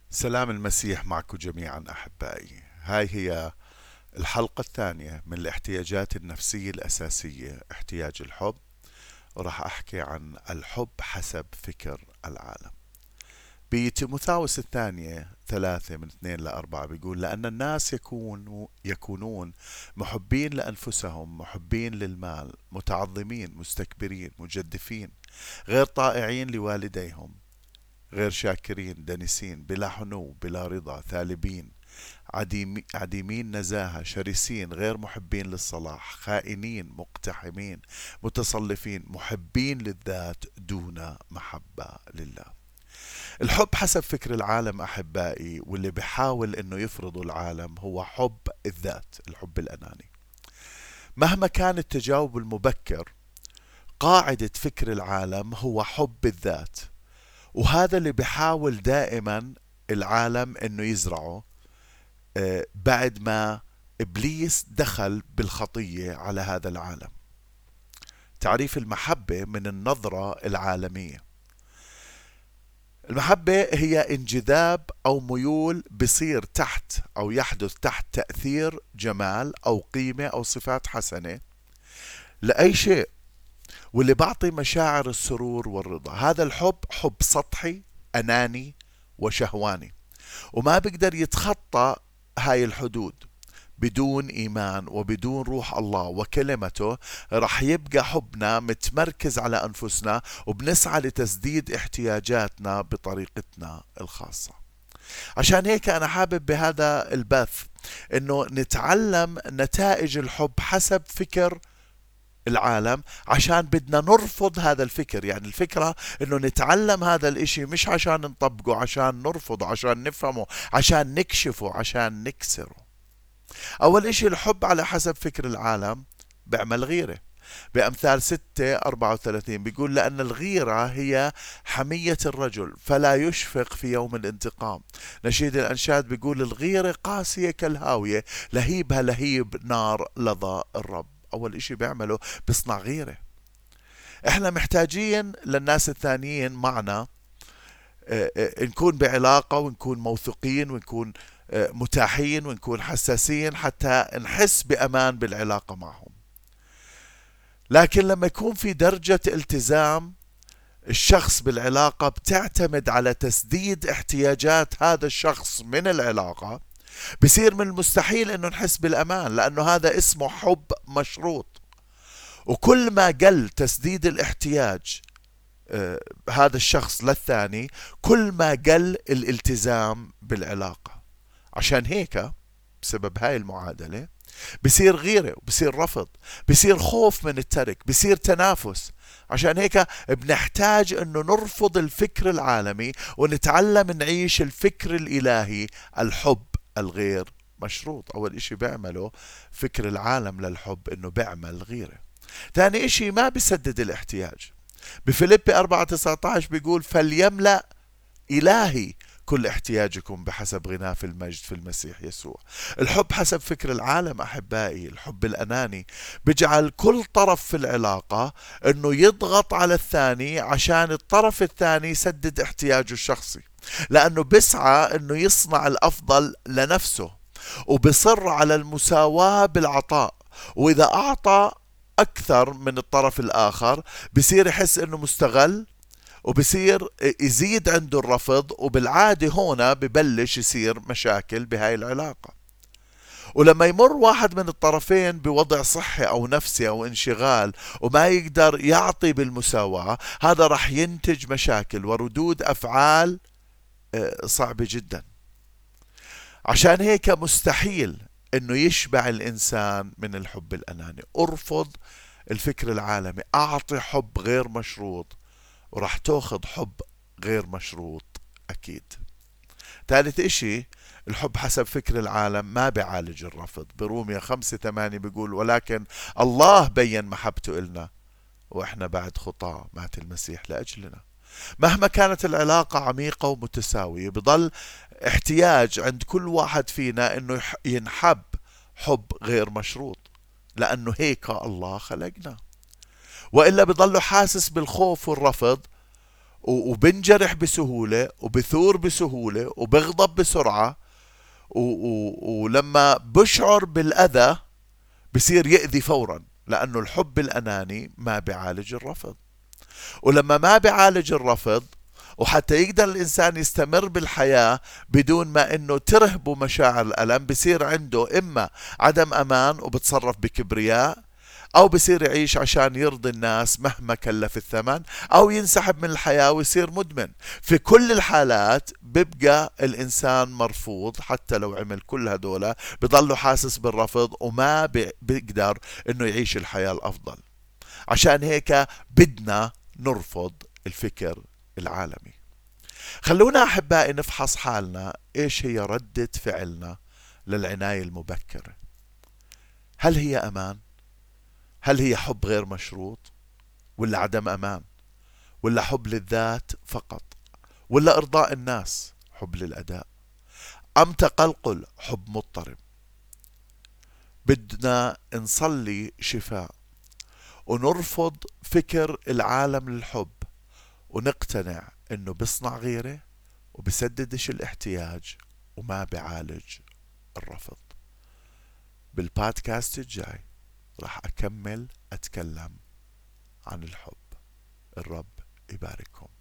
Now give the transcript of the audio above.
سلام المسيح معكم جميعا أحبائي. هاي هي الحلقة الثانية من الاحتياجات النفسية الأساسية، احتياج الحب. وراح أحكي عن الحب حسب فكر العالم. بتيموثاوس الثانية 3:2-4 بيقول: لأن الناس يكونون محبين لأنفسهم، محبين للمال، متعظمين، مستكبرين، مجدفين، غير طائعين لوالديهم، غير شاكرين، دنسين، بلا حنو، بلا رضا، ثالبين، عديمين نزاهة، شرسين، غير محبين للصلاح، خائنين، مقتحمين، متصلفين، محبين للذات دون محبة لله. الحب حسب فكر العالم أحبائي، واللي بحاول أنه يفرضه العالم، هو حب الذات، الحب الأناني. مهما كان التجاوب المبكر، قاعدة فكر العالم هو حب الذات، وهذا اللي بحاول دائما العالم انه يزرعه بعد ما ابليس دخل بالخطية على هذا العالم. تعريف المحبة من النظرة العالمية: المحبة هي انجذاب او ميول بصير تحت او يحدث تحت تأثير جمال او قيمة او صفات حسنة لأي شيء، واللي بعطي مشاعر السرور والرضا. هذا الحب حب سطحي، أناني، وشهواني، وما بيقدر يتخطى هاي الحدود. بدون إيمان وبدون روح الله وكلمته رح يبقى حبنا متمركز على أنفسنا، وبنسعى لتسديد احتياجاتنا بطريقتنا الخاصة. عشان هيك أنا حابب بهذا البث أنه نتعلم نتائج الحب حسب فكر العالم، عشان بدنا نرفض هذا الفكر. يعني الفكرة انه نتعلم هذا الاشي مش عشان نطبقه، عشان نرفضه، عشان نفهمه، عشان نكشفه، عشان نكسره. اول اشي، الحب على حسب فكر العالم بيعمل غيرة. بأمثال 6:34 بيقول: لأن الغيرة هي حمية الرجل فلا يشفق في يوم الانتقام. نشيد الأنشاد بيقول: الغيرة قاسية كالهاوية، لهيبها لهيب نار لظى الرب. أول إشي بيعمله بيصنع غيرة. إحنا محتاجين للناس الثانيين معنا نكون بعلاقة، ونكون موثوقين، ونكون متاحين، ونكون حساسين حتى نحس بأمان بالعلاقة معهم. لكن لما يكون في درجة التزام الشخص بالعلاقة بتعتمد على تسديد احتياجات هذا الشخص من العلاقة، بصير من المستحيل انه نحس بالامان، لانه هذا اسمه حب مشروط. وكل ما قل تسديد الاحتياج هذا الشخص للثاني، كل ما قل الالتزام بالعلاقة. عشان هيك بسبب هاي المعادلة بصير غيرة، وبصير رفض، بصير خوف من الترك، بصير تنافس. عشان هيك بنحتاج انه نرفض الفكر العالمي ونتعلم نعيش الفكر الالهي، الحب الغير مشروط. اول اشي بيعمله فكر العالم للحب انه بيعمل غيرة. ثاني اشي ما بيسدد الاحتياج. بفيليبي 4:19 بيقول: فليملأ إلهي كل احتياجكم بحسب غناه في المجد في المسيح يسوع. الحب حسب فكر العالم أحبائي، الحب الأناني، بيجعل كل طرف في العلاقة أنه يضغط على الثاني عشان الطرف الثاني يسدد احتياجه الشخصي، لأنه بسعى أنه يصنع الأفضل لنفسه، وبصر على المساواة بالعطاء. وإذا أعطى أكثر من الطرف الآخر بصير يحس أنه مستغل، وبصير يزيد عنده الرفض، وبالعادة هنا ببلش يصير مشاكل بهاي العلاقة. ولما يمر واحد من الطرفين بوضع صحي أو نفسي أو انشغال وما يقدر يعطي بالمساواة، هذا رح ينتج مشاكل وردود أفعال صعبة جدا. عشان هيك مستحيل انه يشبع الانسان من الحب الاناني. ارفض الفكر العالمي، اعطي حب غير مشروط، وراح تاخذ حب غير مشروط اكيد. ثالث اشي، الحب حسب فكر العالم ما بيعالج الرفض. برومية 5:8 بيقول: ولكن الله بين محبته إلنا واحنا بعد خطاة مات المسيح لأجلنا. مهما كانت العلاقة عميقة ومتساوية، بضل احتياج عند كل واحد فينا انه ينحب حب غير مشروط، لانه هيك الله خلقنا. والا بضله حاسس بالخوف والرفض، وبنجرح بسهولة وبثور بسهولة وبغضب بسرعة، ولما بشعر بالأذى بصير يأذي فورا، لأنه الحب الأناني ما بيعالج الرفض. ولما ما بيعالج الرفض، وحتى يقدر الإنسان يستمر بالحياة بدون ما إنه ترهبه مشاعر الألم، بصير عنده إما عدم أمان وبتصرف بكبرياء، أو بصير يعيش عشان يرضي الناس مهما كلف الثمن، أو ينسحب من الحياة ويصير مدمن. في كل الحالات بيبقى الإنسان مرفوض، حتى لو عمل كل هدول بضله حاسس بالرفض وما بيقدر إنه يعيش الحياة الأفضل. عشان هيك بدنا نرفض الفكر العالمي. خلونا أحبائي نفحص حالنا، إيش هي ردة فعلنا للعناية المبكرة؟ هل هي أمان؟ هل هي حب غير مشروط؟ ولا عدم أمان؟ ولا حب للذات فقط؟ ولا إرضاء الناس حب للأداء؟ أم تقلقل حب مضطرب؟ بدنا نصلي شفاء ونرفض فكر العالم للحب، ونقتنع انه بيصنع غيره وبسددش الاحتياج وما بيعالج الرفض. بالبودكاست الجاي راح أكمل أتكلم عن الحب. الرب يبارككم.